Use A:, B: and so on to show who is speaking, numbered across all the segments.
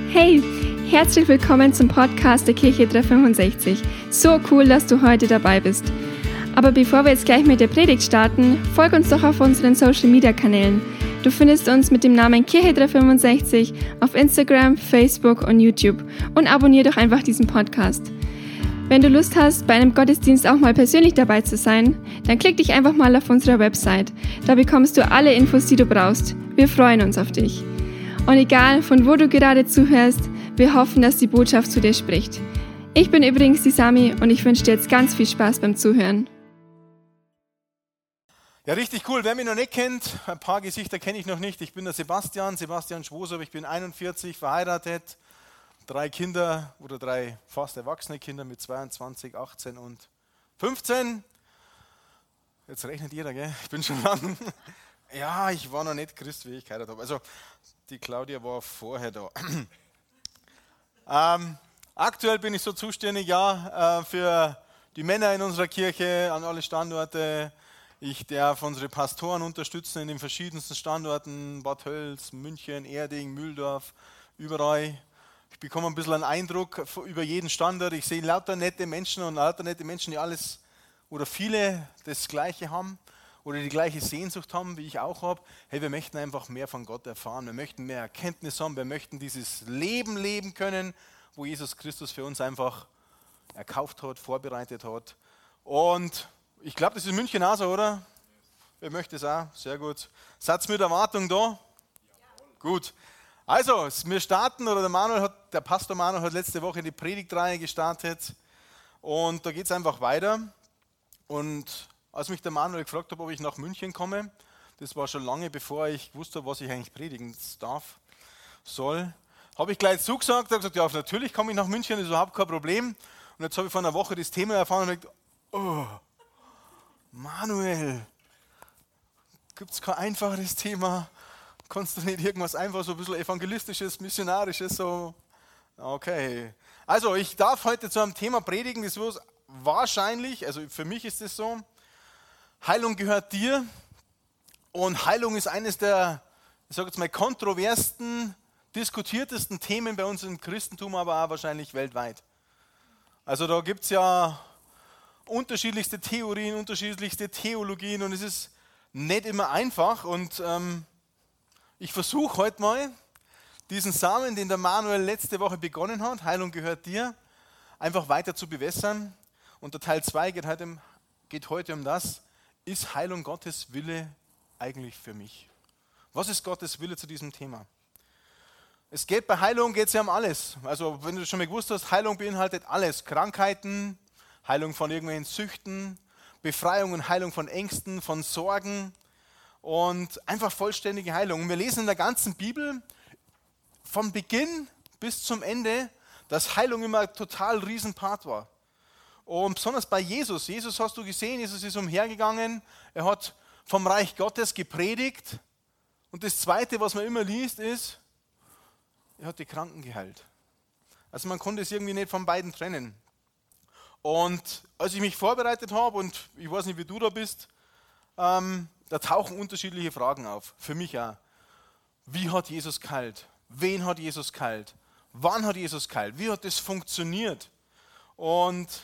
A: Hey, herzlich willkommen zum Podcast der Kirche 365. So cool, dass du heute dabei bist. Aber bevor wir jetzt gleich mit der Predigt starten, folg uns doch auf unseren Social-Media-Kanälen. Du findest uns mit dem Namen Kirche 365 auf Instagram, Facebook und YouTube und abonniere doch einfach diesen Podcast. Wenn du Lust hast, bei einem Gottesdienst auch mal persönlich dabei zu sein, dann klick dich einfach mal auf unserer Website. Da bekommst du alle Infos, die du brauchst. Wir freuen uns auf dich. Und egal, von wo du gerade zuhörst, wir hoffen, dass die Botschaft zu dir spricht. Ich bin übrigens die Sami und ich wünsche dir jetzt ganz viel Spaß beim Zuhören.
B: Ja, richtig cool. Wer mich noch nicht kennt, ein paar Gesichter kenne ich noch nicht. Ich bin der Sebastian Schwoser, ich bin 41, verheiratet, 3 Kinder oder 3 fast erwachsene Kinder mit 22, 18 und 15. Jetzt rechnet jeder, gell? Ich bin schon lang. Ja, ich war noch nicht Christ, wie ich geheiratet habe. Also die Claudia war vorher da. Aktuell bin ich so zuständig, für die Männer in unserer Kirche, an alle Standorte. Ich darf unsere Pastoren unterstützen in den verschiedensten Standorten, Bad Hölz, München, Erding, Mühldorf, überall. Ich bekomme ein bisschen einen Eindruck über jeden Standort. Ich sehe lauter nette Menschen die alles oder viele das Gleiche haben oder die gleiche Sehnsucht haben, wie ich auch habe. Hey, wir möchten einfach mehr von Gott erfahren. Wir möchten mehr Erkenntnis haben. Wir möchten dieses Leben leben können, wo Jesus Christus für uns einfach erkauft hat, vorbereitet hat. Und ich glaube, das ist in München auch so, oder? Wer möchte es auch? Sehr gut. Seid ihr mit Erwartung da? Ja. Gut. Also, wir starten, oder der Pastor Manuel hat letzte Woche die Predigtreihe gestartet. Und da geht es einfach weiter. Und als mich der Manuel gefragt hat, ob ich nach München komme, das war schon lange bevor ich wusste, was ich eigentlich predigen soll, habe ich gleich zugesagt, habe gesagt, ja, natürlich komme ich nach München, das ist überhaupt kein Problem. Und jetzt habe ich vor einer Woche das Thema erfahren und gedacht, oh, Manuel, gibt es kein einfacheres Thema? Kannst du nicht irgendwas einfach so ein bisschen evangelistisches, missionarisches, so? Okay. Also ich darf heute zu einem Thema predigen, das wird wahrscheinlich, also für mich ist es so, Heilung gehört dir und Heilung ist eines der, ich sage jetzt mal, kontroversesten, diskutiertesten Themen bei uns im Christentum, aber auch wahrscheinlich weltweit. Also da gibt es ja unterschiedlichste Theorien, unterschiedlichste Theologien und es ist nicht immer einfach und ich versuche heute mal diesen Samen, den der Manuel letzte Woche begonnen hat, Heilung gehört dir, einfach weiter zu bewässern und der Teil 2 geht heute um das, ist Heilung Gottes Wille eigentlich für mich? Was ist Gottes Wille zu diesem Thema? Bei Heilung geht es ja um alles. Also wenn du schon mal gewusst hast, Heilung beinhaltet alles. Krankheiten, Heilung von irgendwelchen Süchten, Befreiung und Heilung von Ängsten, von Sorgen und einfach vollständige Heilung. Und wir lesen in der ganzen Bibel vom Beginn bis zum Ende, dass Heilung immer ein total Riesenpart war. Und besonders bei Jesus. Jesus hast du gesehen, Jesus ist umhergegangen, er hat vom Reich Gottes gepredigt. Und das Zweite, was man immer liest, ist, er hat die Kranken geheilt. Also man konnte es irgendwie nicht von beiden trennen. Und als ich mich vorbereitet habe, und ich weiß nicht, wie du da bist, da tauchen unterschiedliche Fragen auf. Für mich auch. Wie hat Jesus geheilt? Wen hat Jesus geheilt? Wann hat Jesus geheilt? Wie hat das funktioniert? Und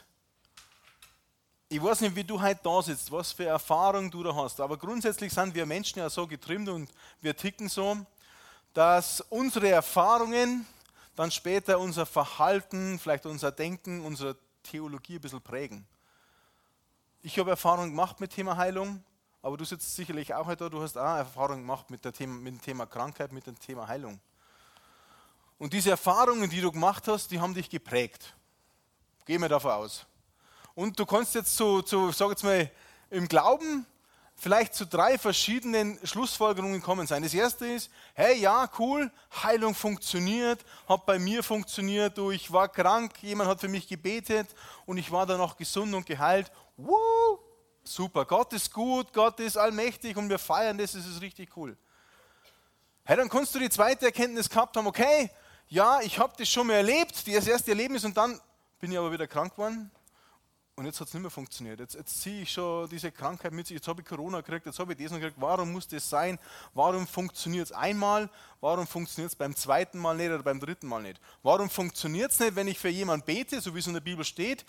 B: ich weiß nicht, wie du heute da sitzt, was für Erfahrung du da hast, aber grundsätzlich sind wir Menschen ja so getrimmt und wir ticken so, dass unsere Erfahrungen dann später unser Verhalten, vielleicht unser Denken, unsere Theologie ein bisschen prägen. Ich habe Erfahrung gemacht mit Thema Heilung, aber du sitzt sicherlich auch heute da, du hast auch Erfahrung gemacht mit dem Thema Krankheit, mit dem Thema Heilung. Und diese Erfahrungen, die du gemacht hast, die haben dich geprägt. Gehen wir davon aus. Und du kannst jetzt sag jetzt mal, im Glauben vielleicht zu 3 verschiedenen Schlussfolgerungen kommen sein. Das erste ist, hey, ja, cool, Heilung funktioniert, hat bei mir funktioniert, ich war krank, jemand hat für mich gebetet und ich war danach gesund und geheilt. Woo, super, Gott ist gut, Gott ist allmächtig und wir feiern das ist richtig cool. Hey, dann kannst du die zweite Erkenntnis gehabt haben, okay, ja, ich habe das schon mal erlebt, das erste Erlebnis und dann bin ich aber wieder krank geworden. Und jetzt hat es nicht mehr funktioniert. Jetzt ziehe ich schon diese Krankheit mit sich, jetzt habe ich Corona gekriegt, jetzt habe ich das noch gekriegt. Warum muss das sein? Warum funktioniert es einmal? Warum funktioniert es beim zweiten Mal nicht oder beim dritten Mal nicht? Warum funktioniert es nicht, wenn ich für jemanden bete, so wie es in der Bibel steht?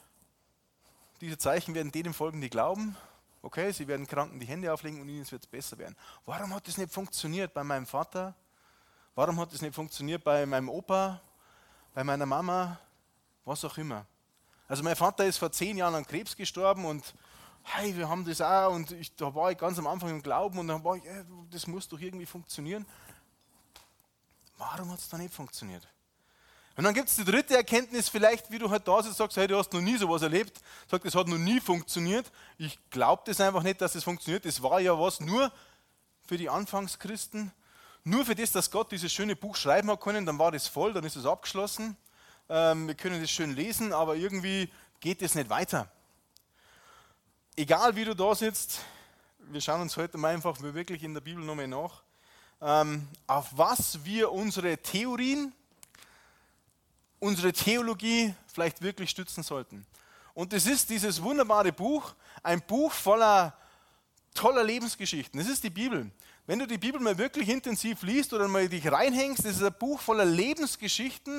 B: Diese Zeichen werden denen folgen, die glauben. Okay, sie werden Kranken die Hände auflegen und ihnen wird es besser werden. Warum hat das nicht funktioniert bei meinem Vater? Warum hat das nicht funktioniert bei meinem Opa, bei meiner Mama, was auch immer? Also mein Vater ist vor 10 Jahren an Krebs gestorben und hey, wir haben das auch und da war ich ganz am Anfang im Glauben und dann war ich, das muss doch irgendwie funktionieren. Warum hat es da nicht funktioniert? Und dann gibt es die dritte Erkenntnis vielleicht, wie du halt da sitzt und sagst, hey, du hast noch nie sowas erlebt. Sag, das hat noch nie funktioniert. Ich glaube das einfach nicht, dass es funktioniert. Das war ja was nur für die Anfangschristen. Nur für das, dass Gott dieses schöne Buch schreiben hat können, dann war das voll, dann ist es abgeschlossen. Wir können das schön lesen, aber irgendwie geht es nicht weiter. Egal wie du da sitzt, wir schauen uns heute mal einfach wirklich in der Bibel nochmal nach, auf was wir unsere Theorien, unsere Theologie vielleicht wirklich stützen sollten. Und das ist dieses wunderbare Buch, ein Buch voller toller Lebensgeschichten. Das ist die Bibel. Wenn du die Bibel mal wirklich intensiv liest oder mal dich reinhängst, das ist ein Buch voller Lebensgeschichten,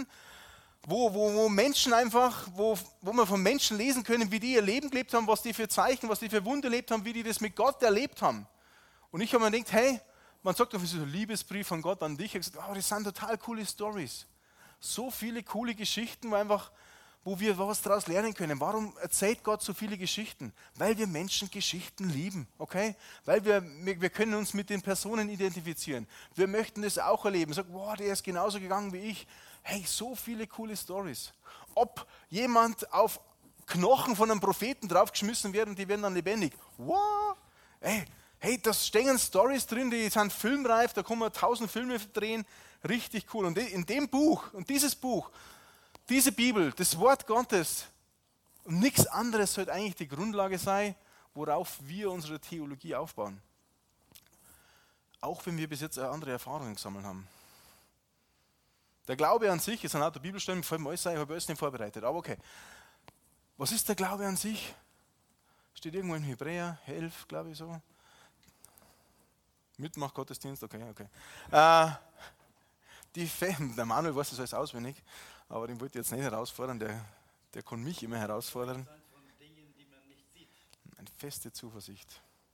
B: wo Menschen einfach, wo wir von Menschen lesen können, wie die ihr Leben gelebt haben, was die für Zeichen, was die für Wunder erlebt haben, wie die das mit Gott erlebt haben. Und ich habe mir gedacht, hey, man sagt doch, das ist ein Liebesbrief von Gott an dich. Ich habe gesagt, das sind total coole Stories. So viele coole Geschichten, wo wir was daraus lernen können. Warum erzählt Gott so viele Geschichten? Weil wir Menschen Geschichten lieben, okay? Weil wir können uns mit den Personen identifizieren. Wir möchten das auch erleben. Sag, wow, der ist genauso gegangen wie ich. Hey, so viele coole Stories. Ob jemand auf Knochen von einem Propheten draufgeschmissen wird und die werden dann lebendig. Wow! Hey, da stehen Stories drin, die sind filmreif, da kann man 1000 Filme drehen. Richtig cool. Und in dem Buch, und dieses Buch, diese Bibel, das Wort Gottes, und nichts anderes sollte eigentlich die Grundlage sein, worauf wir unsere Theologie aufbauen. Auch wenn wir bis jetzt andere Erfahrungen gesammelt haben. Der Glaube an sich ist ein lauter Bibelstellen, bevor ich habe alles nicht vorbereitet. Aber okay. Was ist der Glaube an sich? Steht irgendwo in Hebräer 11, glaube ich so. Mitmach Gottesdienst, okay. Der Manuel weiß das alles auswendig, aber den wollte ich jetzt nicht herausfordern, der kann mich immer herausfordern.
C: Von Dingen, die man nicht sieht.
B: Eine feste Zuversicht.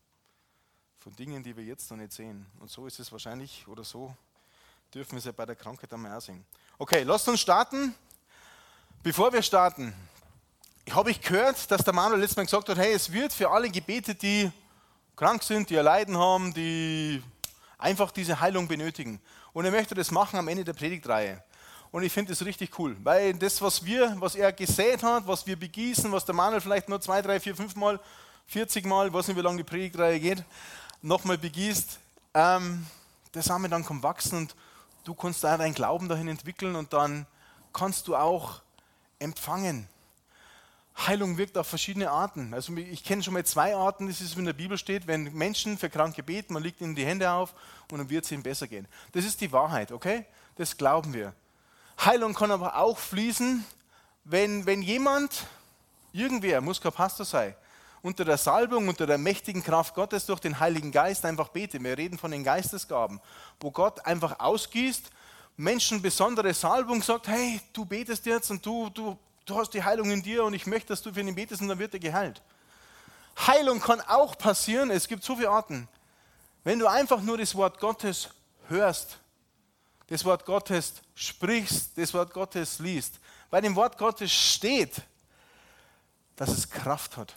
B: Von Dingen, die wir jetzt noch nicht sehen. Und so ist es wahrscheinlich, oder so dürfen wir es ja bei der Krankheit einmal auch sehen. Okay, lasst uns starten. Bevor wir starten, habe ich gehört, dass der Manuel letztes Mal gesagt hat, hey, es wird für alle gebetet, die krank sind, die ein Leiden haben, die einfach diese Heilung benötigen. Und er möchte das machen am Ende der Predigtreihe. Und ich finde das richtig cool, weil das, was er gesät hat, was wir begießen, was der Manuel vielleicht nur 2, 3, 4, 5 Mal, 40 Mal, ich weiß nicht, wie lange die Predigtreihe geht, nochmal begießt, der Same dann kann wachsen und du kannst da deinen Glauben dahin entwickeln und dann kannst du auch empfangen. Heilung wirkt auf verschiedene Arten. Also ich kenne schon mal 2 Arten, das ist, wie in der Bibel steht, wenn Menschen für Kranke beten, man legt ihnen die Hände auf und dann wird es ihnen besser gehen. Das ist die Wahrheit, okay? Das glauben wir. Heilung kann aber auch fließen, wenn jemand, irgendwer, muss kein Pastor sein, unter der Salbung, unter der mächtigen Kraft Gottes durch den Heiligen Geist einfach betet. Wir reden von den Geistesgaben, wo Gott einfach ausgießt, Menschen besondere Salbung sagt, hey, du betest jetzt und du hast die Heilung in dir und ich möchte, dass du für ihn betest und dann wird er geheilt. Heilung kann auch passieren, es gibt so viele Arten. Wenn du einfach nur das Wort Gottes hörst, das Wort Gottes sprichst, das Wort Gottes liest. Bei dem Wort Gottes steht, dass es Kraft hat.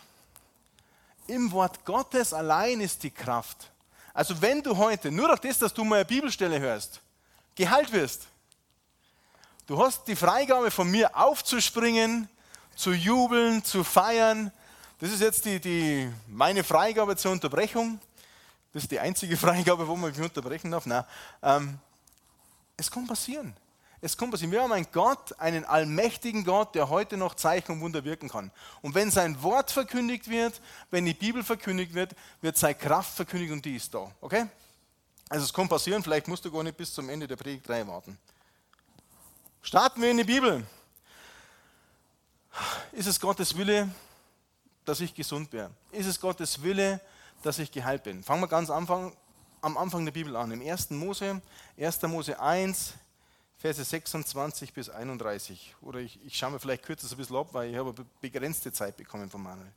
B: Im Wort Gottes allein ist die Kraft. Also wenn du heute, nur durch das, dass du mal eine Bibelstelle hörst, geheilt wirst, du hast die Freigabe von mir aufzuspringen, zu jubeln, zu feiern. Das ist jetzt meine Freigabe zur Unterbrechung. Das ist die einzige Freigabe, wo man mich unterbrechen darf. Nein, es kann passieren. Es kann passieren. Wir haben einen Gott, einen allmächtigen Gott, der heute noch Zeichen und Wunder wirken kann. Und wenn sein Wort verkündigt wird, wenn die Bibel verkündigt wird, wird seine Kraft verkündigt und die ist da. Okay? Also es kann passieren, vielleicht musst du gar nicht bis zum Ende der Predigtreihe warten. Starten wir in die Bibel. Ist es Gottes Wille, dass ich gesund werde? Ist es Gottes Wille, dass ich geheilt bin? Fangen wir ganz am Anfang der Bibel an. Im 1. Mose 1. Verse 26 bis 31. Oder ich schaue mir vielleicht kürzer ein bisschen ab, weil ich habe eine begrenzte Zeit bekommen von Manuel.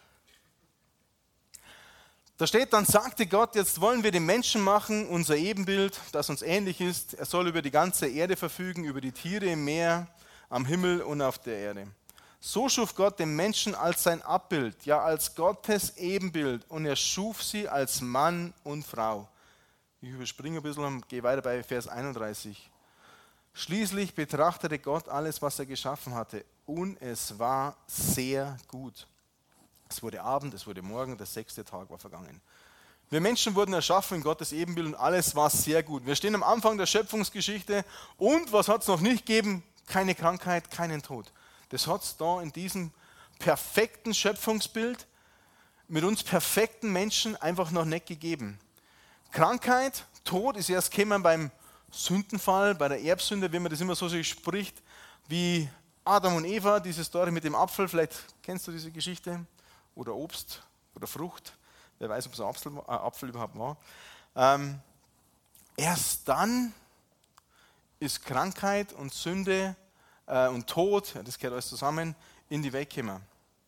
B: Da steht, dann sagte Gott, jetzt wollen wir den Menschen machen, unser Ebenbild, das uns ähnlich ist. Er soll über die ganze Erde verfügen, über die Tiere im Meer, am Himmel und auf der Erde. So schuf Gott den Menschen als sein Abbild, ja als Gottes Ebenbild, und er schuf sie als Mann und Frau. Ich überspringe ein bisschen und gehe weiter bei Vers 31. Schließlich betrachtete Gott alles, was er geschaffen hatte, und es war sehr gut. Es wurde Abend, es wurde Morgen, der 6. Tag war vergangen. Wir Menschen wurden erschaffen in Gottes Ebenbild und alles war sehr gut. Wir stehen am Anfang der Schöpfungsgeschichte und was hat es noch nicht gegeben? Keine Krankheit, keinen Tod. Das hat es da in diesem perfekten Schöpfungsbild mit uns perfekten Menschen einfach noch nicht gegeben. Krankheit, Tod ist erst gekommen beim Sündenfall, bei der Erbsünde, wie man das immer so spricht, wie Adam und Eva, diese Story mit dem Apfel, vielleicht kennst du diese Geschichte, oder Obst oder Frucht, wer weiß, ob es ein Apfel überhaupt war. Erst dann ist Krankheit und Sünde und Tod, das gehört alles zusammen, in die Welt gekommen.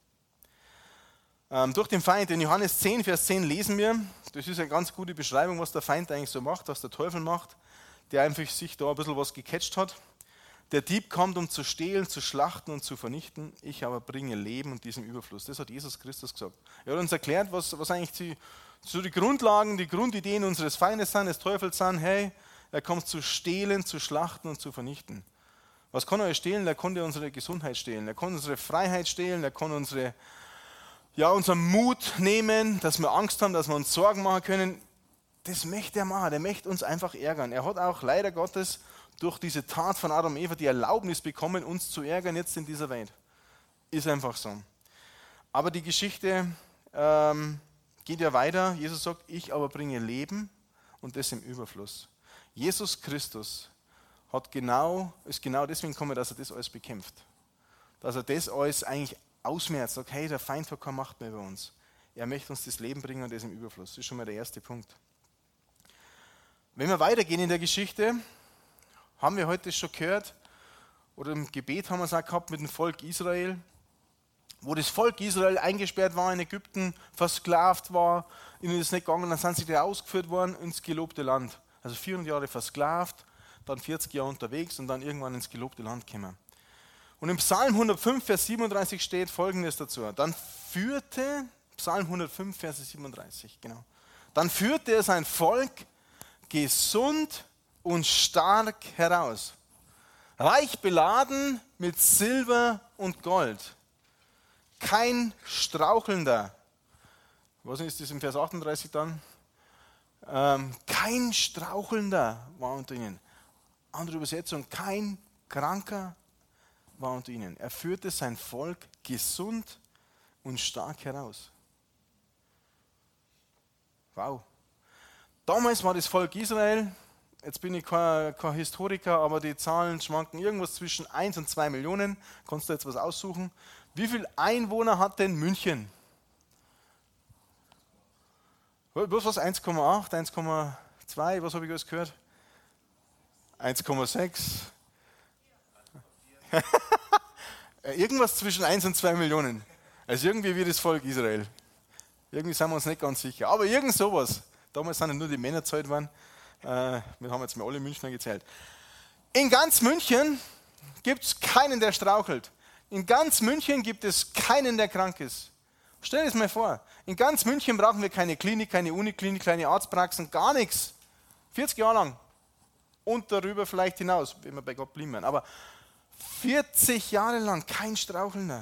B: Durch den Feind, in Johannes 10, Vers 10 lesen wir, das ist eine ganz gute Beschreibung, was der Feind eigentlich so macht, was der Teufel macht, der einfach sich da ein bisschen was gecatcht hat. Der Dieb kommt, um zu stehlen, zu schlachten und zu vernichten. Ich aber bringe Leben und diesen Überfluss. Das hat Jesus Christus gesagt. Er hat uns erklärt, was eigentlich die Grundlagen, die Grundideen unseres Feindes sind, des Teufels sind. Hey, er kommt zu stehlen, zu schlachten und zu vernichten. Was kann er stehlen? Er konnte unsere Gesundheit stehlen. Er kann unsere Freiheit stehlen. Er kann unseren Mut nehmen, dass wir Angst haben, dass wir uns Sorgen machen können. Das möchte er machen. Er möchte uns einfach ärgern. Er hat auch leider Gottes durch diese Tat von Adam und Eva die Erlaubnis bekommen, uns zu ärgern jetzt in dieser Welt. Ist einfach so. Aber die Geschichte geht ja weiter. Jesus sagt, ich aber bringe Leben und das im Überfluss. Jesus Christus ist genau deswegen gekommen, dass er das alles bekämpft. Dass er das alles eigentlich ausmerzt. Sagt, hey, der Feind hat keine Macht mehr über uns. Er möchte uns das Leben bringen und das im Überfluss. Das ist schon mal der erste Punkt. Wenn wir weitergehen in der Geschichte, haben wir heute schon gehört, oder im Gebet haben wir es auch gehabt mit dem Volk Israel, wo das Volk Israel eingesperrt war in Ägypten, versklavt war, ihnen ist nicht gegangen, dann sind sie wieder ausgeführt worden ins gelobte Land. Also 400 Jahre versklavt, dann 40 Jahre unterwegs und dann irgendwann ins gelobte Land gekommen. Und im Psalm 105, Vers 37 steht Folgendes dazu. Psalm 105, Vers 37, genau. Dann führte er sein Volk gesund und stark heraus, reich beladen mit Silber und Gold, kein Strauchelnder. Was ist das im Vers 38 dann? Kein Strauchelnder war unter ihnen. Andere Übersetzung, kein Kranker war unter ihnen. Er führte sein Volk gesund und stark heraus. Wow. Damals war das Volk Israel, jetzt bin ich kein Historiker, aber die Zahlen schwanken irgendwas zwischen 1 und 2 Millionen. Kannst du jetzt was aussuchen? Wie viele Einwohner hat denn München? Was? 1,8, 1,2, was habe ich alles gehört? 1,6. Irgendwas zwischen 1 und 2 Millionen. Also irgendwie wie das Volk Israel. Irgendwie sind wir uns nicht ganz sicher. Aber irgend sowas. Damals sind ja nur die Männer gezählt worden. Wir haben jetzt mal alle Münchner gezählt. In ganz München gibt es keinen, der strauchelt. In ganz München gibt es keinen, der krank ist. Stell dir das mal vor. In ganz München brauchen wir keine Klinik, keine Uniklinik, keine Arztpraxen, gar nichts. 40 Jahre lang. Und darüber vielleicht hinaus, wenn wir bei Gott blieben. Aber 40 Jahre lang kein Strauchelnder.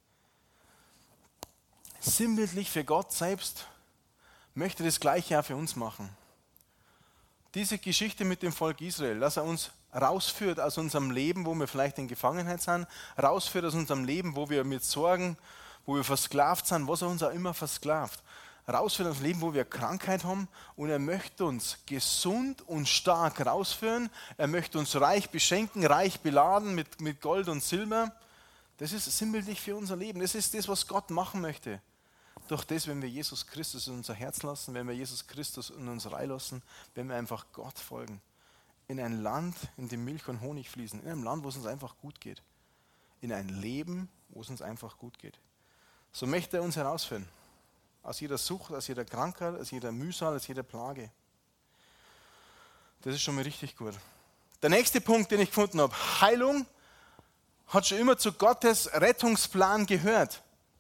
B: Sinnbildlich für Gott selbst möchte das Gleiche auch für uns machen. Diese Geschichte mit dem Volk Israel, dass er uns rausführt aus unserem Leben, wo wir vielleicht in Gefangenheit sind, rausführt aus unserem Leben, wo wir mit Sorgen, wo wir versklavt sind, was er uns auch immer versklavt, rausführt aus dem Leben, wo wir Krankheit haben, und er möchte uns gesund und stark rausführen, er möchte uns reich beschenken, reich beladen mit Gold und Silber, Das ist sinnbildlich für unser Leben. Das ist das, was Gott machen möchte. Durch das, wenn wir Jesus Christus in unser Herz lassen, wenn wir Jesus Christus in uns reinlassen, wenn wir einfach Gott folgen. In ein Land, in dem Milch und Honig fließen. In einem Land, wo es uns einfach gut geht. In ein Leben, wo es uns einfach gut geht. So möchte er uns herausführen. Aus jeder Sucht, aus jeder Krankheit, aus jeder Mühsal, aus jeder Plage. Das ist schon mal richtig gut. Der nächste Punkt, den ich gefunden habe. Heilung hat schon immer zu Gottes Rettungsplan gehört.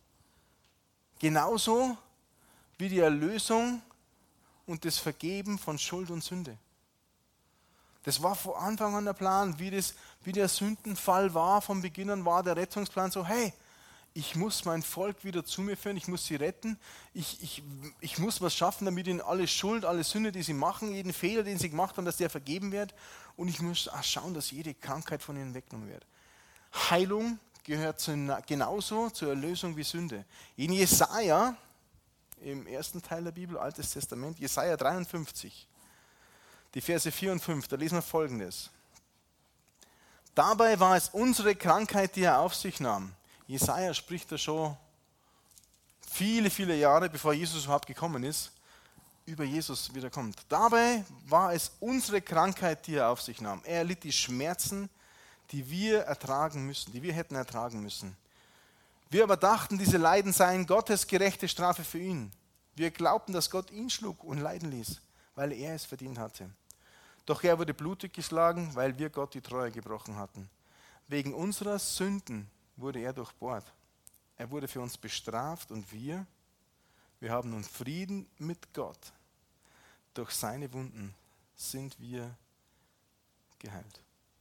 B: Genauso wie die Erlösung und das Vergeben von Schuld und Sünde. Das war von Anfang an der Plan, wie der Sündenfall war, von Beginn an war der Rettungsplan so, hey, ich muss mein Volk wieder zu mir führen, ich muss sie retten, ich muss was schaffen, damit ihnen alle Schuld, alle Sünde, die sie machen, jeden Fehler, den sie gemacht haben, dass der vergeben wird und ich muss auch schauen, dass jede Krankheit von ihnen weggenommen wird. Heilung gehört genauso zur Erlösung wie Sünde. In Jesaja, im ersten Teil der Bibel, Altes Testament, Jesaja 53, die Verse 4 und 5, da lesen wir Folgendes. Dabei war es unsere Krankheit, die er auf sich nahm. Jesaja spricht da schon viele, viele Jahre, bevor Jesus überhaupt gekommen ist, über Jesus wiederkommt. Dabei war es unsere Krankheit, die er auf sich nahm. Er erlitt die Schmerzen, die wir ertragen müssen, die wir hätten ertragen müssen. Wir aber dachten, diese Leiden seien Gottes gerechte Strafe für ihn. Wir glaubten, dass Gott ihn schlug und leiden ließ, weil er es verdient hatte. Doch er wurde blutig geschlagen, weil wir Gott die Treue gebrochen hatten. Wegen unserer Sünden wurde er durchbohrt. Er wurde für uns bestraft und wir haben nun Frieden mit Gott. Durch seine Wunden sind wir geheilt.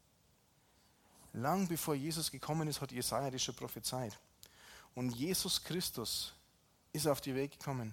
B: Lang bevor Jesus gekommen ist, hat Jesaja das schon prophezeit. Und Jesus Christus ist auf die Welt gekommen,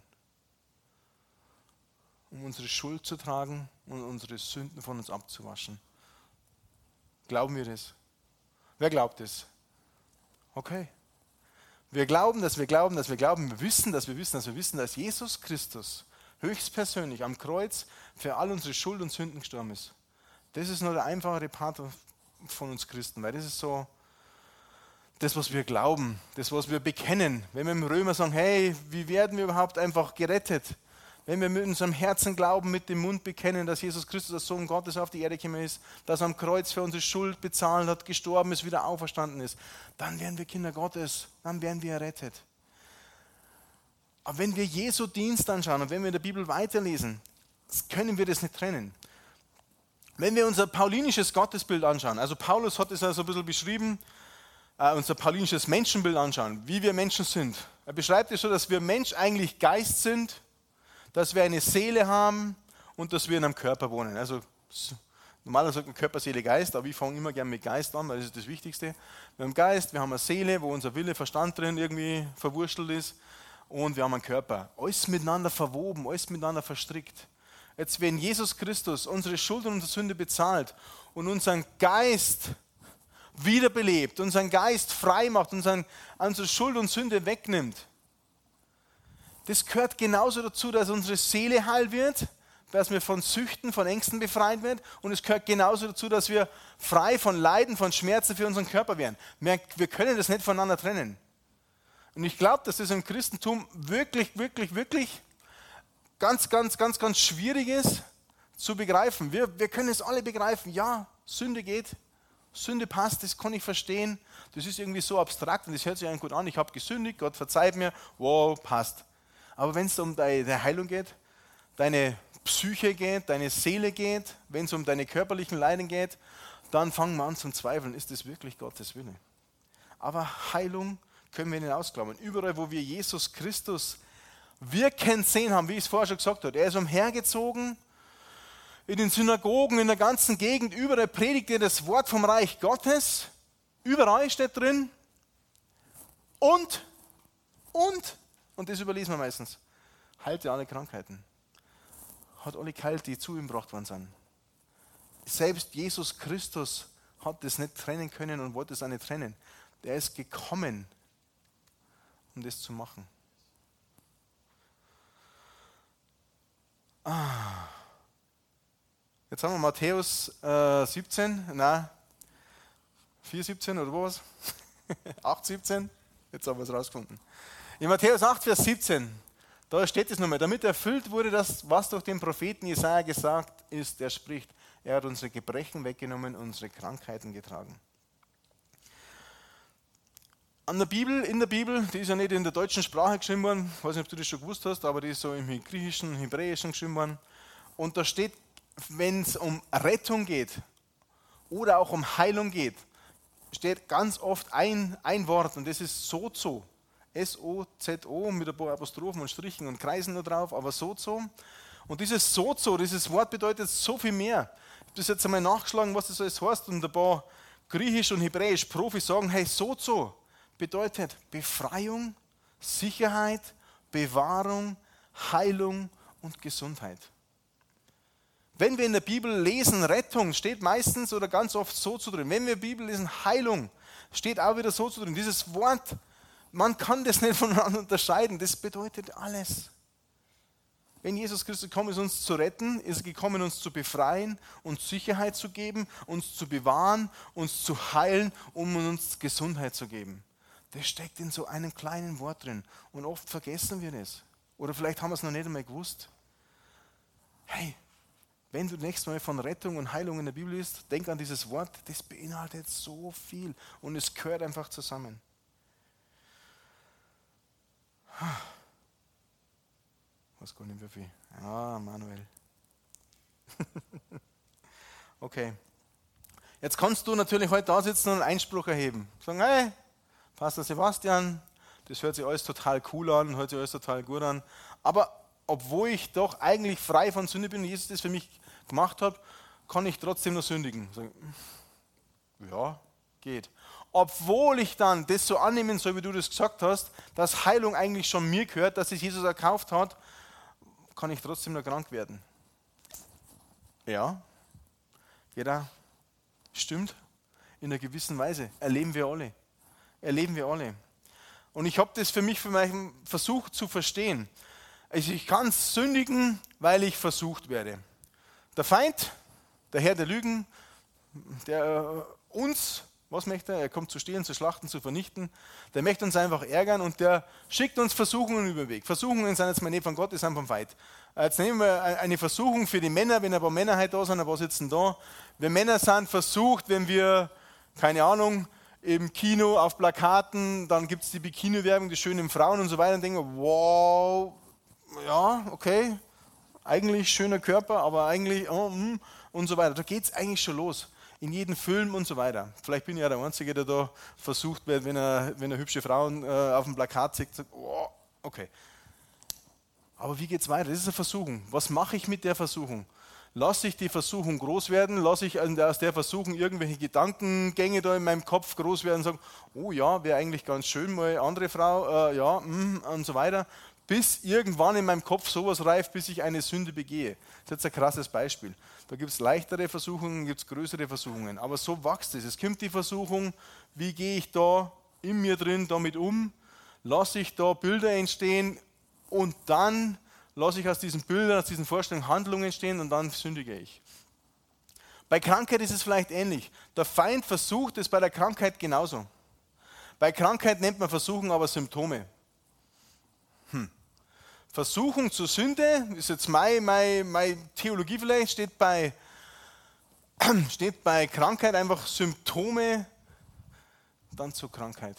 B: um unsere Schuld zu tragen und unsere Sünden von uns abzuwaschen. Glauben wir das? Wer glaubt das? Okay. Wir glauben, dass wir glauben, dass wir glauben, wir wissen, dass wir wissen, dass wir wissen, dass Jesus Christus höchstpersönlich am Kreuz für all unsere Schuld und Sünden gestorben ist. Das ist nur der einfachere Part von uns Christen, weil das ist so das, was wir glauben, das, was wir bekennen. Wenn wir im Römer sagen, hey, wie werden wir überhaupt einfach gerettet? Wenn wir mit unserem Herzen glauben, mit dem Mund bekennen, dass Jesus Christus, der Sohn Gottes, auf die Erde gekommen ist, dass er am Kreuz für unsere Schuld bezahlt hat, gestorben ist, wieder auferstanden ist, dann werden wir Kinder Gottes, dann werden wir errettet. Aber wenn wir Jesu Dienst anschauen und wenn wir in der Bibel weiterlesen, können wir das nicht trennen. Wenn wir unser paulinisches Gottesbild anschauen, also Paulus hat es ja so ein bisschen beschrieben, unser paulinisches Menschenbild anschauen, wie wir Menschen sind. Er beschreibt es so, dass wir Mensch eigentlich Geist sind, dass wir eine Seele haben und dass wir in einem Körper wohnen. Also normalerweise sagt man Körper, Seele, Geist, aber ich fange immer gerne mit Geist an, weil das ist das Wichtigste. Wir haben Geist, wir haben eine Seele, wo unser Wille, Verstand drin irgendwie verwurstelt ist und wir haben einen Körper. Alles miteinander verwoben, alles miteinander verstrickt. Jetzt, wenn Jesus Christus unsere Schuld und unsere Sünde bezahlt und unseren Geist wiederbelebt, unseren Geist frei macht, unsere Schuld und Sünde wegnimmt, das gehört genauso dazu, dass unsere Seele heil wird, dass wir von Süchten, von Ängsten befreit werden und es gehört genauso dazu, dass wir frei von Leiden, von Schmerzen für unseren Körper werden. Wir können das nicht voneinander trennen. Und ich glaube, dass das im Christentum wirklich, wirklich, wirklich ganz schwierig ist zu begreifen. Wir können es alle begreifen. Ja, Sünde geht, Sünde passt, das kann ich verstehen. Das ist irgendwie so abstrakt und das hört sich eigentlich gut an. Ich habe gesündigt, Gott verzeiht mir, wow, passt. Aber wenn es um deine Heilung geht, deine Psyche geht, deine Seele geht, wenn es um deine körperlichen Leiden geht, dann fangen wir an zu zweifeln, ist das wirklich Gottes Wille? Aber Heilung können wir nicht ausklammern. Überall, wo wir Jesus Christus wirkend sehen haben, wie ich es vorher schon gesagt habe, er ist umhergezogen, in den Synagogen, in der ganzen Gegend, überall predigt er das Wort vom Reich Gottes, überall steht drin und das überlesen wir meistens, heilt ja alle Krankheiten. Hat alle geheilt, die zu ihm gebracht worden sind. Selbst Jesus Christus hat das nicht trennen können und wollte es auch nicht trennen. Der ist gekommen, um das zu machen. Jetzt haben wir Matthäus 17, 4,17 oder was? 8,17? Jetzt haben wir es rausgefunden. In Matthäus 8, Vers 17, da steht es nochmal, damit erfüllt wurde das, was durch den Propheten Jesaja gesagt ist. Er spricht, er hat unsere Gebrechen weggenommen, unsere Krankheiten getragen. In der Bibel, die ist ja nicht in der deutschen Sprache geschrieben worden, ich weiß nicht, ob du das schon gewusst hast, aber die ist so im Griechischen, Hebräischen geschrieben worden. Und da steht, wenn es um Rettung geht oder auch um Heilung geht, steht ganz oft ein Wort und das ist Sozo. S-O-Z-O mit ein paar Apostrophen und Strichen und Kreisen da drauf, aber Sozo. Und dieses Sozo, dieses Wort bedeutet so viel mehr. Ich habe das jetzt einmal nachgeschlagen, was das alles heißt und ein paar griechisch und hebräisch Profis sagen, hey, Sozo bedeutet Befreiung, Sicherheit, Bewahrung, Heilung und Gesundheit. Wenn wir in der Bibel lesen Rettung, steht meistens oder ganz oft Sozo drin. Wenn wir in der Bibel lesen Heilung, steht auch wieder Sozo drin. Dieses Wort, man kann das nicht voneinander unterscheiden, das bedeutet alles. Wenn Jesus Christus gekommen ist, uns zu retten, ist er gekommen, uns zu befreien, uns Sicherheit zu geben, uns zu bewahren, uns zu heilen, um uns Gesundheit zu geben. Das steckt in so einem kleinen Wort drin. Und oft vergessen wir das. Oder vielleicht haben wir es noch nicht einmal gewusst. Hey, wenn du nächstes Mal von Rettung und Heilung in der Bibel liest, denk an dieses Wort, das beinhaltet so viel. Und es gehört einfach zusammen. Ich weiß gar nicht, wie viel. Ah, Manuel. Okay. Jetzt kannst du natürlich heute da sitzen und einen Einspruch erheben. Sagen, hey, Pastor Sebastian, das hört sich alles total cool an, hört sich alles total gut an. Aber obwohl ich doch eigentlich frei von Sünde bin und Jesus das für mich gemacht hat, kann ich trotzdem noch sündigen. Ja, geht. Obwohl ich dann das so annehmen soll, wie du das gesagt hast, dass Heilung eigentlich schon mir gehört, dass es Jesus erkauft hat, kann ich trotzdem noch krank werden. Ja, jeder stimmt, in einer gewissen Weise. Erleben wir alle. Und ich habe das für mich versucht zu verstehen. Also ich kann sündigen, weil ich versucht werde. Der Feind, der Herr der Lügen, der uns, was möchte er? Er kommt zu stehlen, zu schlachten, zu vernichten. Der möchte uns einfach ärgern und der schickt uns Versuchungen über den Weg. Versuchungen sind jetzt mal nicht von Gott, die sind vom Feind. Jetzt nehmen wir eine Versuchung für die Männer, wenn ein paar Männer heute da sind, ein paar sitzen da. Wir Männer sind versucht, wenn wir, keine Ahnung, im Kino, auf Plakaten, dann gibt es die Bikini-Werbung, die schönen Frauen und so weiter und denken, wow, ja, okay, eigentlich schöner Körper, aber eigentlich, und so weiter. Da geht es eigentlich schon los. In jedem Film und so weiter. Vielleicht bin ich ja der Einzige, der da versucht wird, wenn er hübsche Frauen auf dem Plakat sieht, sagt, oh, okay. Aber wie geht es weiter? Das ist eine Versuchung. Was mache ich mit der Versuchung? Lasse ich die Versuchung groß werden? Lasse ich aus der Versuchung irgendwelche Gedankengänge da in meinem Kopf groß werden und sagen, oh ja, wäre eigentlich ganz schön, mal eine andere Frau, und so weiter. Bis irgendwann in meinem Kopf sowas reift, bis ich eine Sünde begehe. Das ist jetzt ein krasses Beispiel. Da gibt es leichtere Versuchungen, gibt es größere Versuchungen. Aber so wächst es. Es kommt die Versuchung, wie gehe ich da in mir drin damit um? Lasse ich da Bilder entstehen und dann lasse ich aus diesen Bildern, aus diesen Vorstellungen Handlungen entstehen und dann sündige ich. Bei Krankheit ist es vielleicht ähnlich. Der Feind versucht es bei der Krankheit genauso. Bei Krankheit nennt man Versuchung aber Symptome. Versuchung zur Sünde, ist jetzt meine Theologie vielleicht, steht bei Krankheit einfach Symptome, dann zur Krankheit.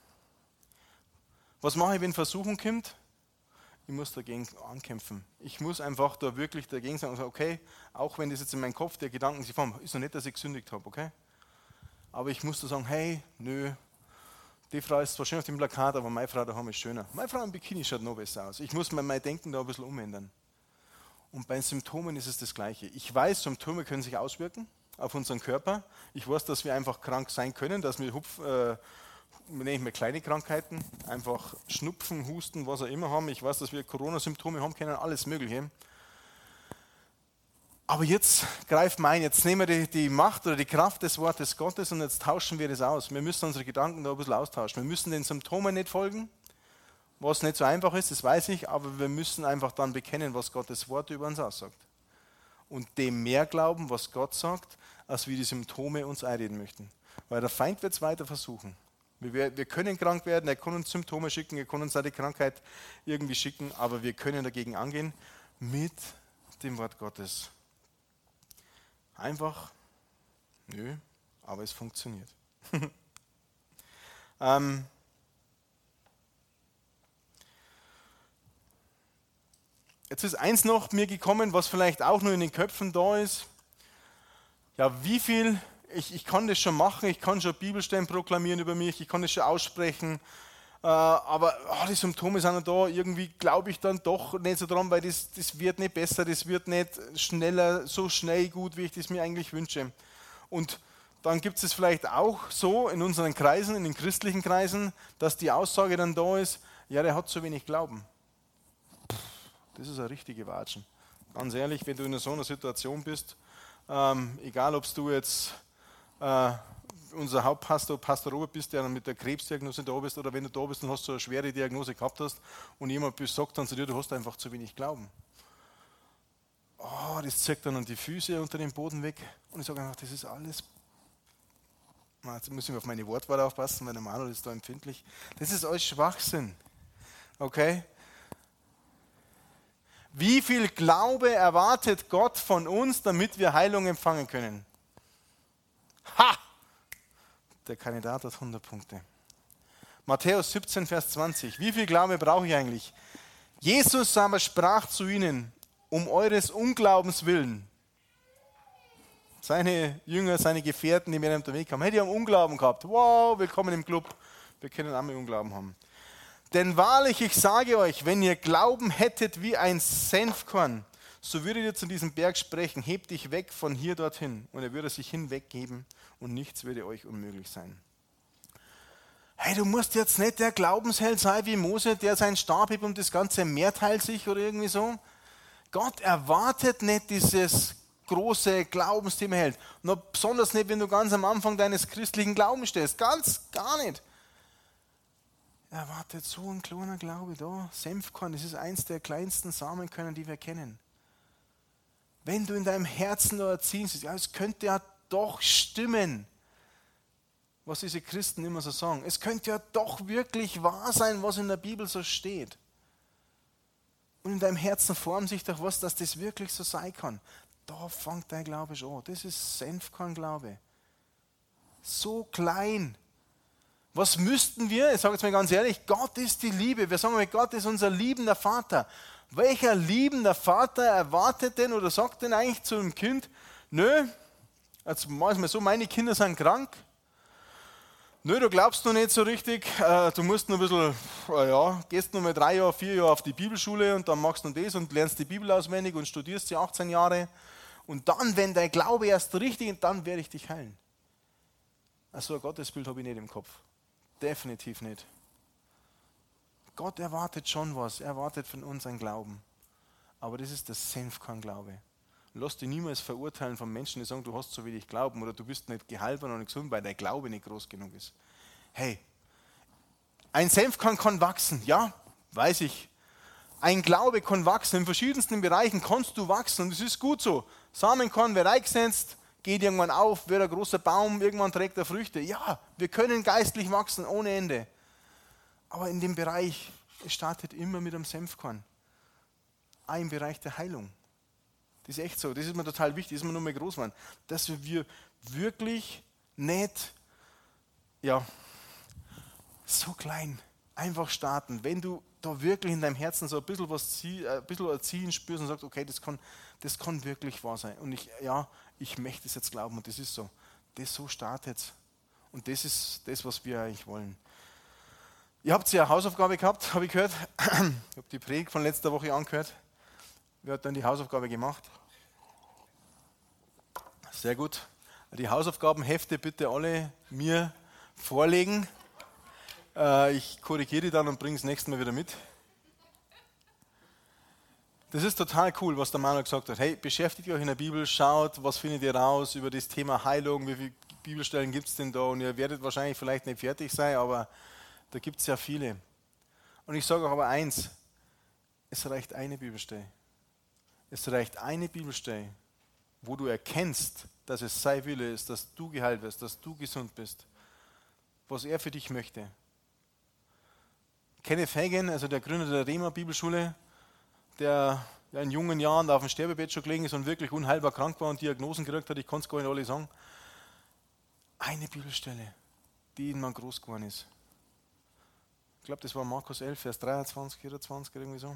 B: Was mache ich, wenn Versuchung kommt? Ich muss dagegen ankämpfen. Ich muss einfach da wirklich dagegen sagen, okay, auch wenn das jetzt in meinem Kopf der Gedanken sich formen, ist noch nicht, dass ich gesündigt habe, okay? Aber ich muss da sagen, hey, nö, die Frau ist zwar schön auf dem Plakat, aber meine Frau daheim ist schöner. Meine Frau im Bikini schaut noch besser aus. Ich muss mein Denken da ein bisschen umändern. Und bei Symptomen ist es das Gleiche. Ich weiß, Symptome können sich auswirken auf unseren Körper. Ich weiß, dass wir einfach krank sein können, dass wir nenne ich mal kleine Krankheiten, einfach Schnupfen, Husten, was auch immer haben. Ich weiß, dass wir Corona-Symptome haben können, alles Mögliche. Aber jetzt greift wir ein, jetzt nehmen wir die Macht oder die Kraft des Wortes Gottes und jetzt tauschen wir das aus. Wir müssen unsere Gedanken da ein bisschen austauschen. Wir müssen den Symptomen nicht folgen, was nicht so einfach ist, das weiß ich, aber wir müssen einfach dann bekennen, was Gottes Wort über uns aussagt. Und dem mehr glauben, was Gott sagt, als wie die Symptome uns einreden möchten. Weil der Feind wird es weiter versuchen. Wir können krank werden, er kann uns Symptome schicken, er kann uns auch die Krankheit irgendwie schicken, aber wir können dagegen angehen mit dem Wort Gottes. Einfach, nö, aber es funktioniert. Jetzt ist eins noch mir gekommen, was vielleicht auch nur in den Köpfen da ist. Ja, wie viel, ich kann das schon machen, ich kann schon Bibelstellen proklamieren über mich, ich kann das schon aussprechen, aber die Symptome sind noch da, irgendwie glaube ich dann doch nicht so dran, weil das wird nicht besser, das wird nicht schneller, so schnell gut, wie ich das mir eigentlich wünsche. Und dann gibt es vielleicht auch so in unseren Kreisen, in den christlichen Kreisen, dass die Aussage dann da ist, ja, der hat zu wenig Glauben. Das ist eine richtige Watschen. Ganz ehrlich, wenn du in so einer Situation bist, egal ob du jetzt unser Hauptpastor, Pastor Robert bist, der dann mit der Krebsdiagnose da bist, oder wenn du da bist und hast so eine schwere Diagnose gehabt hast und jemand sagt dann zu dir, du hast einfach zu wenig Glauben. Das zieht dann die Füße unter den Boden weg und ich sage einfach, das ist alles, jetzt muss ich auf meine Wortwahl aufpassen, weil der Manuel ist da empfindlich, das ist alles Schwachsinn. Okay? Wie viel Glaube erwartet Gott von uns, damit wir Heilung empfangen können? Ha! Der Kandidat hat 100 Punkte. Matthäus 17, Vers 20. Wie viel Glaube brauche ich eigentlich? Jesus aber sprach zu ihnen, um eures Unglaubens willen. Seine Jünger, seine Gefährten, die mit ihm unterwegs haben, die haben Unglauben gehabt. Wow, willkommen im Club. Wir können alle Unglauben haben. Denn wahrlich, ich sage euch, wenn ihr Glauben hättet wie ein Senfkorn, so würdet ihr zu diesem Berg sprechen, hebt dich weg von hier dorthin. Und er würde sich hinweggeben und nichts würde euch unmöglich sein. Hey, du musst jetzt nicht der Glaubensheld sein wie Mose, der seinen Stab hebt und das ganze Meer teilt sich oder irgendwie so. Gott erwartet nicht dieses große Glaubensthema hält. Noch besonders nicht, wenn du ganz am Anfang deines christlichen Glaubens stehst. Ganz, gar nicht. Er erwartet so ein kleiner Glaube da. Senfkorn, das ist eins der kleinsten Samenkörner, die wir kennen. Wenn du in deinem Herzen da erziehst, ja, es könnte ja doch stimmen, was diese Christen immer so sagen. Es könnte ja doch wirklich wahr sein, was in der Bibel so steht. Und in deinem Herzen formt sich doch was, dass das wirklich so sein kann. Da fängt dein Glaube schon an. Das ist Senfkorn-Glaube. So klein. Was müssten wir? Ich sage jetzt mal ganz ehrlich, Gott ist die Liebe. Wir sagen mal, Gott ist unser liebender Vater. Welcher liebender Vater erwartet denn oder sagt denn eigentlich zu einem Kind, nö, jetzt mach ich mal so, meine Kinder sind krank. Nö, du glaubst noch nicht so richtig, du musst noch ein bisschen, gehst noch mal 3 Jahre, 4 Jahre auf die Bibelschule und dann machst du noch das und lernst die Bibel auswendig und studierst sie 18 Jahre. Und dann, wenn dein Glaube erst richtig ist, dann werde ich dich heilen. Also ein Gottesbild habe ich nicht im Kopf. Definitiv nicht. Gott erwartet schon was. Er erwartet von uns einen Glauben. Aber das ist der Senfkorn-Glaube. Lass dich niemals verurteilen von Menschen, die sagen, du hast so wenig Glauben oder du bist nicht geheilt oder nicht gesund, weil dein Glaube nicht groß genug ist. Hey, ein Senfkorn kann wachsen. Ja, weiß ich. Ein Glaube kann wachsen. In verschiedensten Bereichen kannst du wachsen und es ist gut so. Samenkorn wird eingesetzt, geht irgendwann auf, wird ein großer Baum, irgendwann trägt er Früchte. Ja, wir können geistlich wachsen ohne Ende. Aber in dem Bereich, es startet immer mit einem Senfkorn. Auch im Bereich der Heilung. Das ist echt so, das ist mir total wichtig, das ist mir nur mal groß geworden, dass wir wirklich nicht, so klein einfach starten. Wenn du da wirklich in deinem Herzen so ein bisschen erziehen spürst und sagst, okay, das kann wirklich wahr sein. Und ich möchte es jetzt glauben und das ist so. Das so startet. Und das ist das, was wir eigentlich wollen. Ihr habt ja eine Hausaufgabe gehabt, habe ich gehört. Ich habe die Predigt von letzter Woche angehört. Wer hat dann die Hausaufgabe gemacht? Sehr gut. Die Hausaufgabenhefte bitte alle mir vorlegen. Ich korrigiere die dann und bringe es nächstes Mal wieder mit. Das ist total cool, was der Manuel gesagt hat. Hey, beschäftigt euch in der Bibel, schaut, was findet ihr raus über das Thema Heilung, wie viele Bibelstellen gibt es denn da? Und ihr werdet wahrscheinlich vielleicht nicht fertig sein, aber da gibt es ja viele. Und ich sage auch aber eins, es reicht eine Bibelstelle. Es reicht eine Bibelstelle, wo du erkennst, dass es sein Wille ist, dass du geheilt wirst, dass du gesund bist. was er für dich möchte. Kenneth Hagin, also der Gründer der Rema Bibelschule, der in jungen Jahren auf dem Sterbebett schon gelegen ist und wirklich unheilbar krank war und Diagnosen gekriegt hat, ich kann es gar nicht alle sagen. Eine Bibelstelle, die in man groß geworden ist. Ich glaube, das war Markus 11, Vers 23, 24, irgendwie so.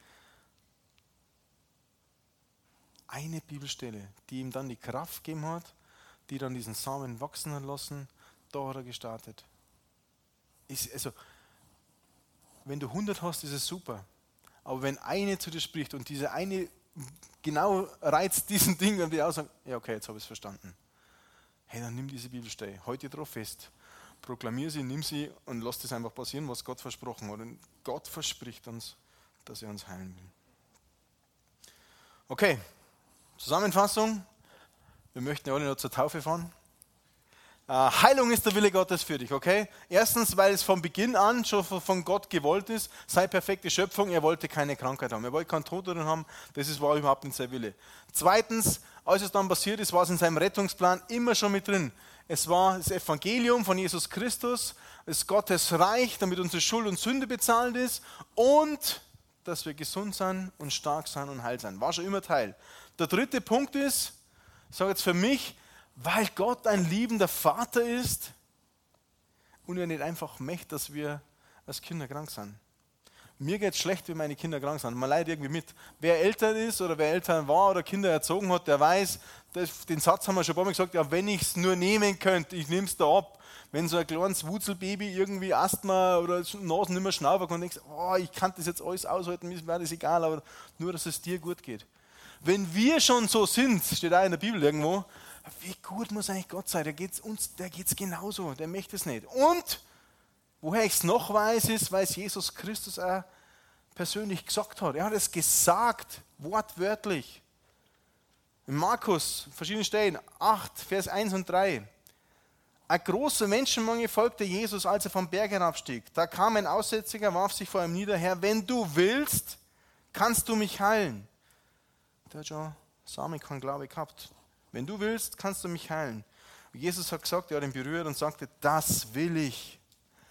B: Eine Bibelstelle, die ihm dann die Kraft gegeben hat, die dann diesen Samen wachsen hat lassen, da hat er gestartet. Also, wenn du 100 hast, ist es super. Aber wenn eine zu dir spricht und diese eine genau reizt diesen Ding und die auch sagen, ja okay, jetzt habe ich es verstanden. Hey, dann nimm diese Bibelstelle heute drauf fest. Proklamier sie, nimm sie und lass das einfach passieren, was Gott versprochen hat. Und Gott verspricht uns, dass er uns heilen will. Okay, Zusammenfassung. Wir möchten ja alle noch zur Taufe fahren. Heilung ist der Wille Gottes für dich, okay? Erstens, weil es von Beginn an schon von Gott gewollt ist, sei perfekte Schöpfung, er wollte keine Krankheit haben, er wollte keinen Tod darin haben, war überhaupt nicht sein Wille. Zweitens, als es dann passiert ist, war es in seinem Rettungsplan immer schon mit drin. Es war das Evangelium von Jesus Christus, es ist Gottes Reich, damit unsere Schuld und Sünde bezahlt ist und dass wir gesund sein und stark sein und heil sein. War schon immer Teil. Der dritte Punkt ist, ich sage jetzt für mich, weil Gott ein liebender Vater ist und er nicht einfach möchte, dass wir als Kinder krank sind. Mir geht es schlecht, wenn meine Kinder krank sind. Man leidet irgendwie mit. Wer Eltern ist oder wer Eltern war oder Kinder erzogen hat, der weiß, den Satz haben wir schon ein paar Mal gesagt, ja, wenn ich es nur nehmen könnte, ich nehme es da ab. Wenn so ein kleines Wutzelbaby irgendwie Asthma oder Nasen nicht mehr schnaufen kann und denkst, oh, ich kann das jetzt alles aushalten, mir wäre das egal, aber nur, dass es dir gut geht. Wenn wir schon so sind, steht auch in der Bibel irgendwo, wie gut muss eigentlich Gott sein? Der geht's genauso, der möchte es nicht. Und woher ich es noch weiß, ist, weil es Jesus Christus auch persönlich gesagt hat. Er hat es gesagt, wortwörtlich. In Markus, verschiedenen Stellen, 8, Vers 1 und 3. Ein großer Menschenmenge folgte Jesus, als er vom Berg herabstieg. Da kam ein Aussätziger, warf sich vor ihm nieder. Herr, wenn du willst, kannst du mich heilen. Der hat schon Samen keinen Glaube gehabt. Wenn du willst, kannst du mich heilen. Jesus hat gesagt, er hat ihn berührt und sagte, das will ich,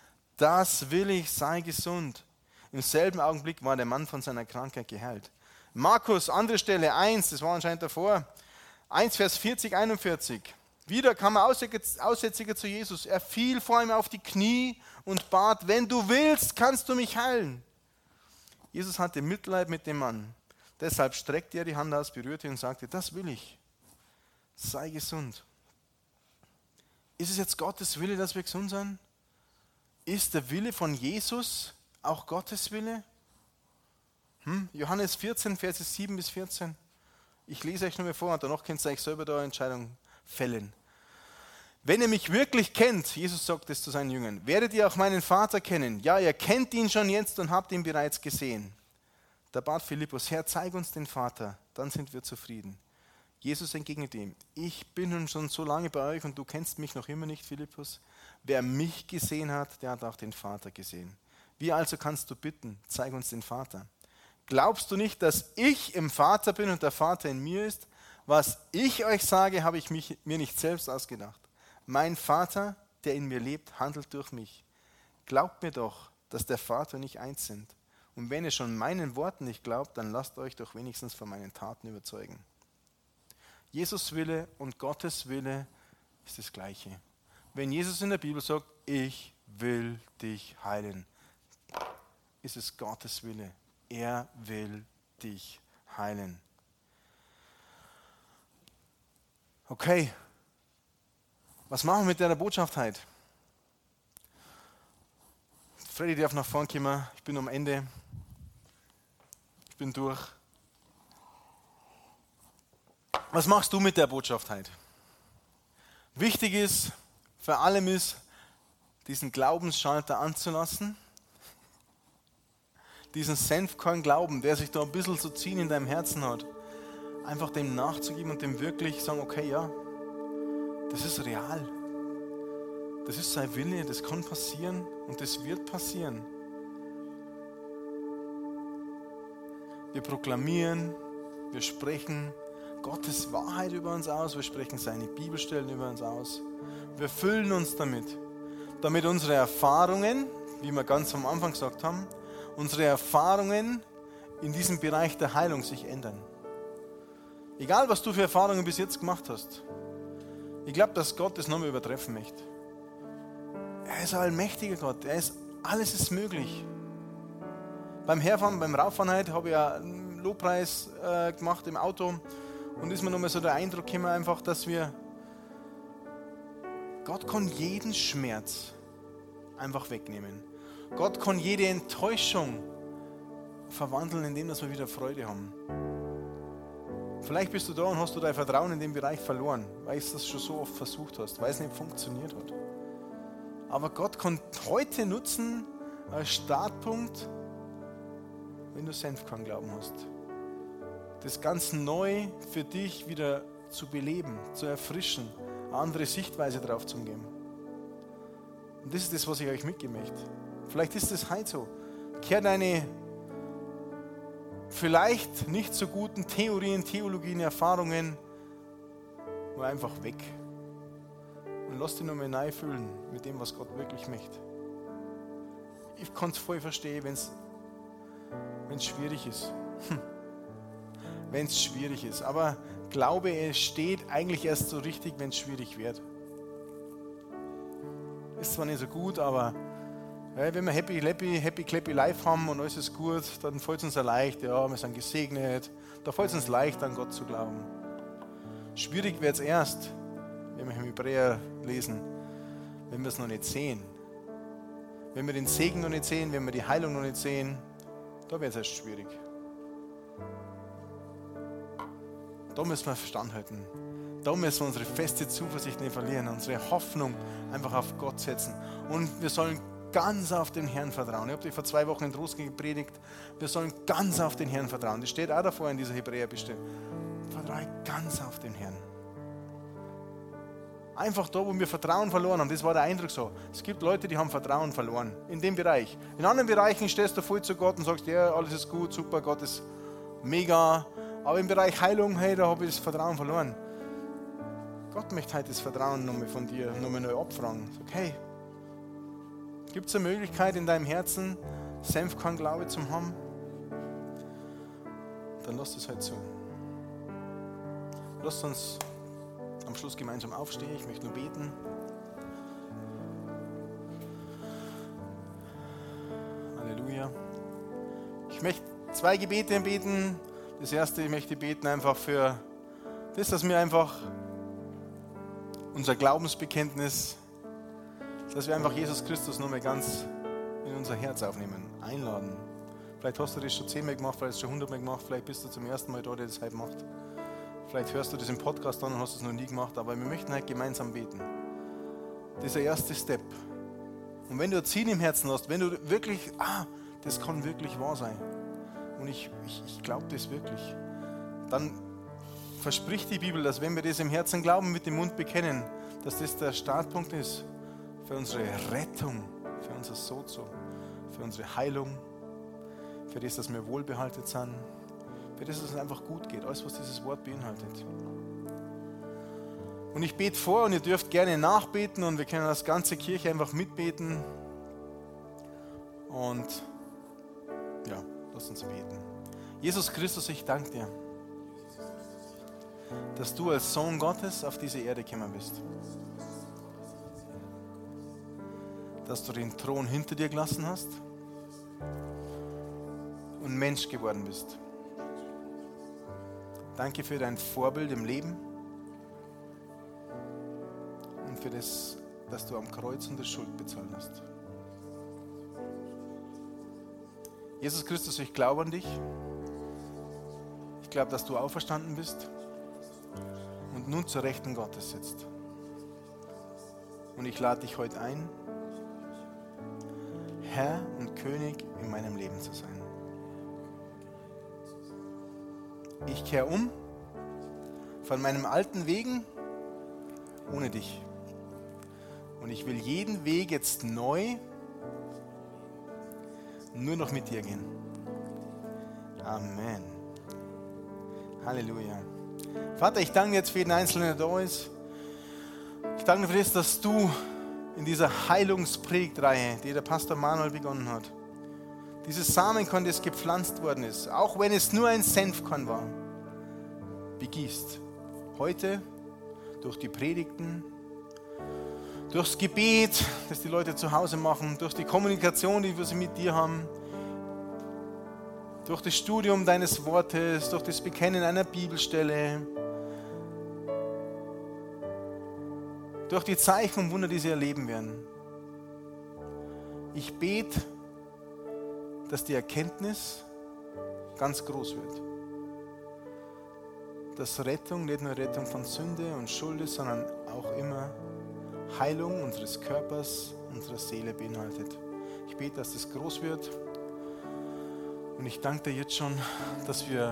B: sei gesund. Im selben Augenblick war der Mann von seiner Krankheit geheilt. Markus, andere Stelle, 1, das war anscheinend davor, 1, Vers 40, 41. Wieder kam ein Aussätziger zu Jesus. Er fiel vor ihm auf die Knie und bat, wenn du willst, kannst du mich heilen. Jesus hatte Mitleid mit dem Mann. Deshalb streckte er die Hand aus, berührte ihn und sagte, das will ich. Sei gesund. Ist es jetzt Gottes Wille, dass wir gesund sind? Ist der Wille von Jesus auch Gottes Wille? Johannes 14, Verse 7 bis 14. Ich lese euch nur mal vor und danach könnt ihr euch selber da eine Entscheidung fällen. Wenn ihr mich wirklich kennt, Jesus sagt es zu seinen Jüngern, werdet ihr auch meinen Vater kennen. Ja, ihr kennt ihn schon jetzt und habt ihn bereits gesehen. Da bat Philippus, Herr, zeig uns den Vater, dann sind wir zufrieden. Jesus entgegnete ihm, ich bin nun schon so lange bei euch und du kennst mich noch immer nicht, Philippus. Wer mich gesehen hat, der hat auch den Vater gesehen. Wie also kannst du bitten, zeig uns den Vater? Glaubst du nicht, dass ich im Vater bin und der Vater in mir ist? Was ich euch sage, habe ich mir nicht selbst ausgedacht. Mein Vater, der in mir lebt, handelt durch mich. Glaubt mir doch, dass der Vater und ich eins sind. Und wenn ihr schon meinen Worten nicht glaubt, dann lasst euch doch wenigstens von meinen Taten überzeugen. Jesus Wille und Gottes Wille ist das Gleiche. Wenn Jesus in der Bibel sagt, ich will dich heilen, ist es Gottes Wille. Er will dich heilen. Okay, was machen wir mit der Botschaft heute? Freddy darf nach vorne kommen, ich bin am Ende, ich bin durch. Was machst du mit der Botschaft heute? Wichtig ist, vor allem ist, diesen Glaubensschalter anzulassen, diesen Senfkorn-Glauben, der sich da ein bisschen zu ziehen in deinem Herzen hat, einfach dem nachzugeben und dem wirklich sagen, okay, ja, das ist real. Das ist sein Wille, das kann passieren und das wird passieren. Wir proklamieren, wir sprechen Gottes Wahrheit über uns aus, wir sprechen seine Bibelstellen über uns aus. Wir füllen uns damit. damit unsere Erfahrungen, wie wir ganz am Anfang gesagt haben, unsere Erfahrungen in diesem Bereich der Heilung sich ändern. Egal, was du für Erfahrungen bis jetzt gemacht hast. Ich glaube, dass Gott das nochmal übertreffen möchte. Er ist ein allmächtiger Gott. Alles ist möglich. Beim Herfahren, beim Rauffahren heute habe ich einen Lobpreis gemacht im Auto und ist mir nochmal so der Eindruck gekommen, einfach, dass Gott kann jeden Schmerz einfach wegnehmen. Gott kann jede Enttäuschung verwandeln, indem wir wieder Freude haben. Vielleicht bist du da und hast du dein Vertrauen in dem Bereich verloren, weil du das schon so oft versucht hast, weil es nicht funktioniert hat. Aber Gott kann heute nutzen als Startpunkt, wenn du selbst keinen Glauben hast. Das ganz neu für dich wieder zu beleben, zu erfrischen, eine andere Sichtweise drauf zu geben. Und das ist das, was ich euch mitgeben möchte. Vielleicht ist es heute so. Kehr deine vielleicht nicht so guten Theorien, Theologien, Erfahrungen nur einfach weg. Und lass dich nur mal neu fühlen mit dem, was Gott wirklich möchte. Ich kann es voll verstehen, wenn es schwierig ist. Wenn es schwierig ist. Aber Glaube, es steht eigentlich erst so richtig, wenn es schwierig wird. Ist zwar nicht so gut, aber wenn wir happy, clappy life haben und alles ist gut, dann fällt es uns ja leicht, ja, wir sind gesegnet. Da fällt es uns leicht, an Gott zu glauben. Schwierig wird es erst, wenn wir im Hebräer lesen, wenn wir es noch nicht sehen. Wenn wir den Segen noch nicht sehen, wenn wir die Heilung noch nicht sehen, da wird es erst schwierig. Da müssen wir Verstand halten. Da müssen wir unsere feste Zuversicht nicht verlieren, unsere Hoffnung einfach auf Gott setzen. Und wir sollen ganz auf den Herrn vertrauen. Ich habe dir vor 2 Wochen in Trost gepredigt. Wir sollen ganz auf den Herrn vertrauen. Das steht auch davor in dieser Hebräerbibel. Vertraue ganz auf den Herrn. Einfach da, wo wir Vertrauen verloren haben. Das war der Eindruck so. Es gibt Leute, die haben Vertrauen verloren. In dem Bereich. In anderen Bereichen stehst du voll zu Gott und sagst, ja, alles ist gut, super, Gott ist mega. Aber im Bereich Heilung, hey, da habe ich das Vertrauen verloren. Gott möchte heute das Vertrauen nochmal von dir nochmal neu abfragen. Sag, hey, gibt es eine Möglichkeit in deinem Herzen, selbst keinen Glaube zu haben? Dann lass das halt so. Lasst uns am Schluss gemeinsam aufstehen. Ich möchte nur beten. Halleluja. Ich möchte 2 Gebete beten. Das erste, ich möchte beten einfach für das, dass wir einfach unser Glaubensbekenntnis, dass wir einfach Jesus Christus nochmal ganz in unser Herz aufnehmen, einladen. Vielleicht hast du das schon 10-mal gemacht, vielleicht schon 100-mal gemacht, vielleicht bist du zum ersten Mal da, der das heute macht. Vielleicht hörst du das im Podcast an und hast es noch nie gemacht, aber wir möchten heute gemeinsam beten. Das ist der erste Step. Und wenn du ein Ziel im Herzen hast, wenn du wirklich, das kann wirklich wahr sein, und ich glaube das wirklich, dann verspricht die Bibel, dass wenn wir das im Herzen glauben, mit dem Mund bekennen, dass das der Startpunkt ist für unsere Rettung, für unser Sozo, für unsere Heilung, für das, dass wir wohlbehalten sind, für das, dass es einfach gut geht, alles, was dieses Wort beinhaltet. Und ich bete vor und ihr dürft gerne nachbeten und wir können als ganze Kirche einfach mitbeten. Und ja, lasst uns beten. Jesus Christus, ich danke dir, dass du als Sohn Gottes auf diese Erde gekommen bist. Dass du den Thron hinter dir gelassen hast und Mensch geworden bist. Danke für dein Vorbild im Leben und für das, dass du am Kreuz unsere Schuld bezahlt hast. Jesus Christus, ich glaube an dich. Ich glaube, dass du auferstanden bist und nun zur Rechten Gottes sitzt. Und ich lade dich heute ein, Herr und König in meinem Leben zu sein. Ich kehre um von meinen alten Wegen ohne dich. Und ich will jeden Weg jetzt neu nur noch mit dir gehen. Amen. Halleluja. Vater, ich danke dir jetzt für jeden Einzelnen, der da ist. Ich danke dir für das, dass du in dieser Heilungspredigtreihe, die der Pastor Manuel begonnen hat. Dieses Samenkorn, das gepflanzt worden ist, auch wenn es nur ein Senfkorn war, begießt. Heute durch die Predigten, durchs Gebet, das die Leute zu Hause machen, durch die Kommunikation, die wir mit dir haben, durch das Studium deines Wortes, durch das Bekennen einer Bibelstelle, durch die Zeichen und Wunder, die sie erleben werden. Ich bete, dass die Erkenntnis ganz groß wird. Dass Rettung nicht nur Rettung von Sünde und Schuld ist, sondern auch immer Heilung unseres Körpers, unserer Seele beinhaltet. Ich bete, dass das groß wird. Und ich danke dir jetzt schon, dass wir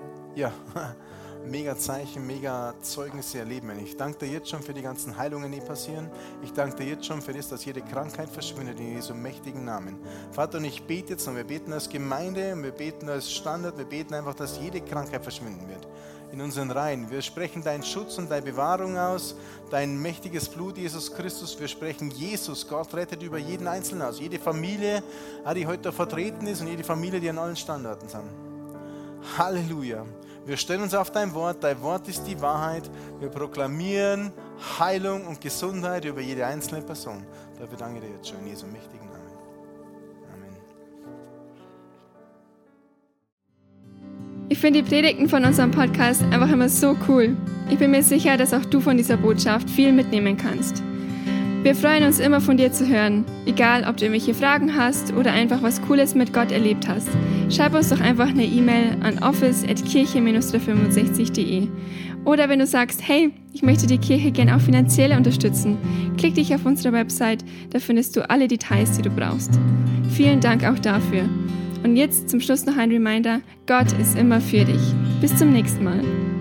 B: mega Zeichen, mega Zeugnisse erleben. Ich danke dir jetzt schon für die ganzen Heilungen, die passieren. Ich danke dir jetzt schon für das, dass jede Krankheit verschwindet in Jesu mächtigen Namen. Vater, und ich bete jetzt, und wir beten als Gemeinde, und wir beten als Standard, wir beten einfach, dass jede Krankheit verschwinden wird in unseren Reihen. Wir sprechen deinen Schutz und deine Bewahrung aus, dein mächtiges Blut, Jesus Christus. Wir sprechen Jesus, Gott rettet über jeden Einzelnen aus, jede Familie, die heute da vertreten ist und jede Familie, die an allen Standorten sind. Halleluja. Wir stellen uns auf dein Wort ist die Wahrheit. Wir proklamieren Heilung und Gesundheit über jede einzelne Person. Dafür danke ich dir jetzt schon in Jesu mächtigen Namen. Amen.
A: Ich finde die Predigten von unserem Podcast einfach immer so cool. Ich bin mir sicher, dass auch du von dieser Botschaft viel mitnehmen kannst. Wir freuen uns immer von dir zu hören, egal ob du irgendwelche Fragen hast oder einfach was Cooles mit Gott erlebt hast. Schreib uns doch einfach eine E-Mail an office@kirche-365.de. Oder wenn du sagst, hey, ich möchte die Kirche gerne auch finanziell unterstützen, klick dich auf unsere Website, da findest du alle Details, die du brauchst. Vielen Dank auch dafür. Und jetzt zum Schluss noch ein Reminder, Gott ist immer für dich. Bis zum nächsten Mal.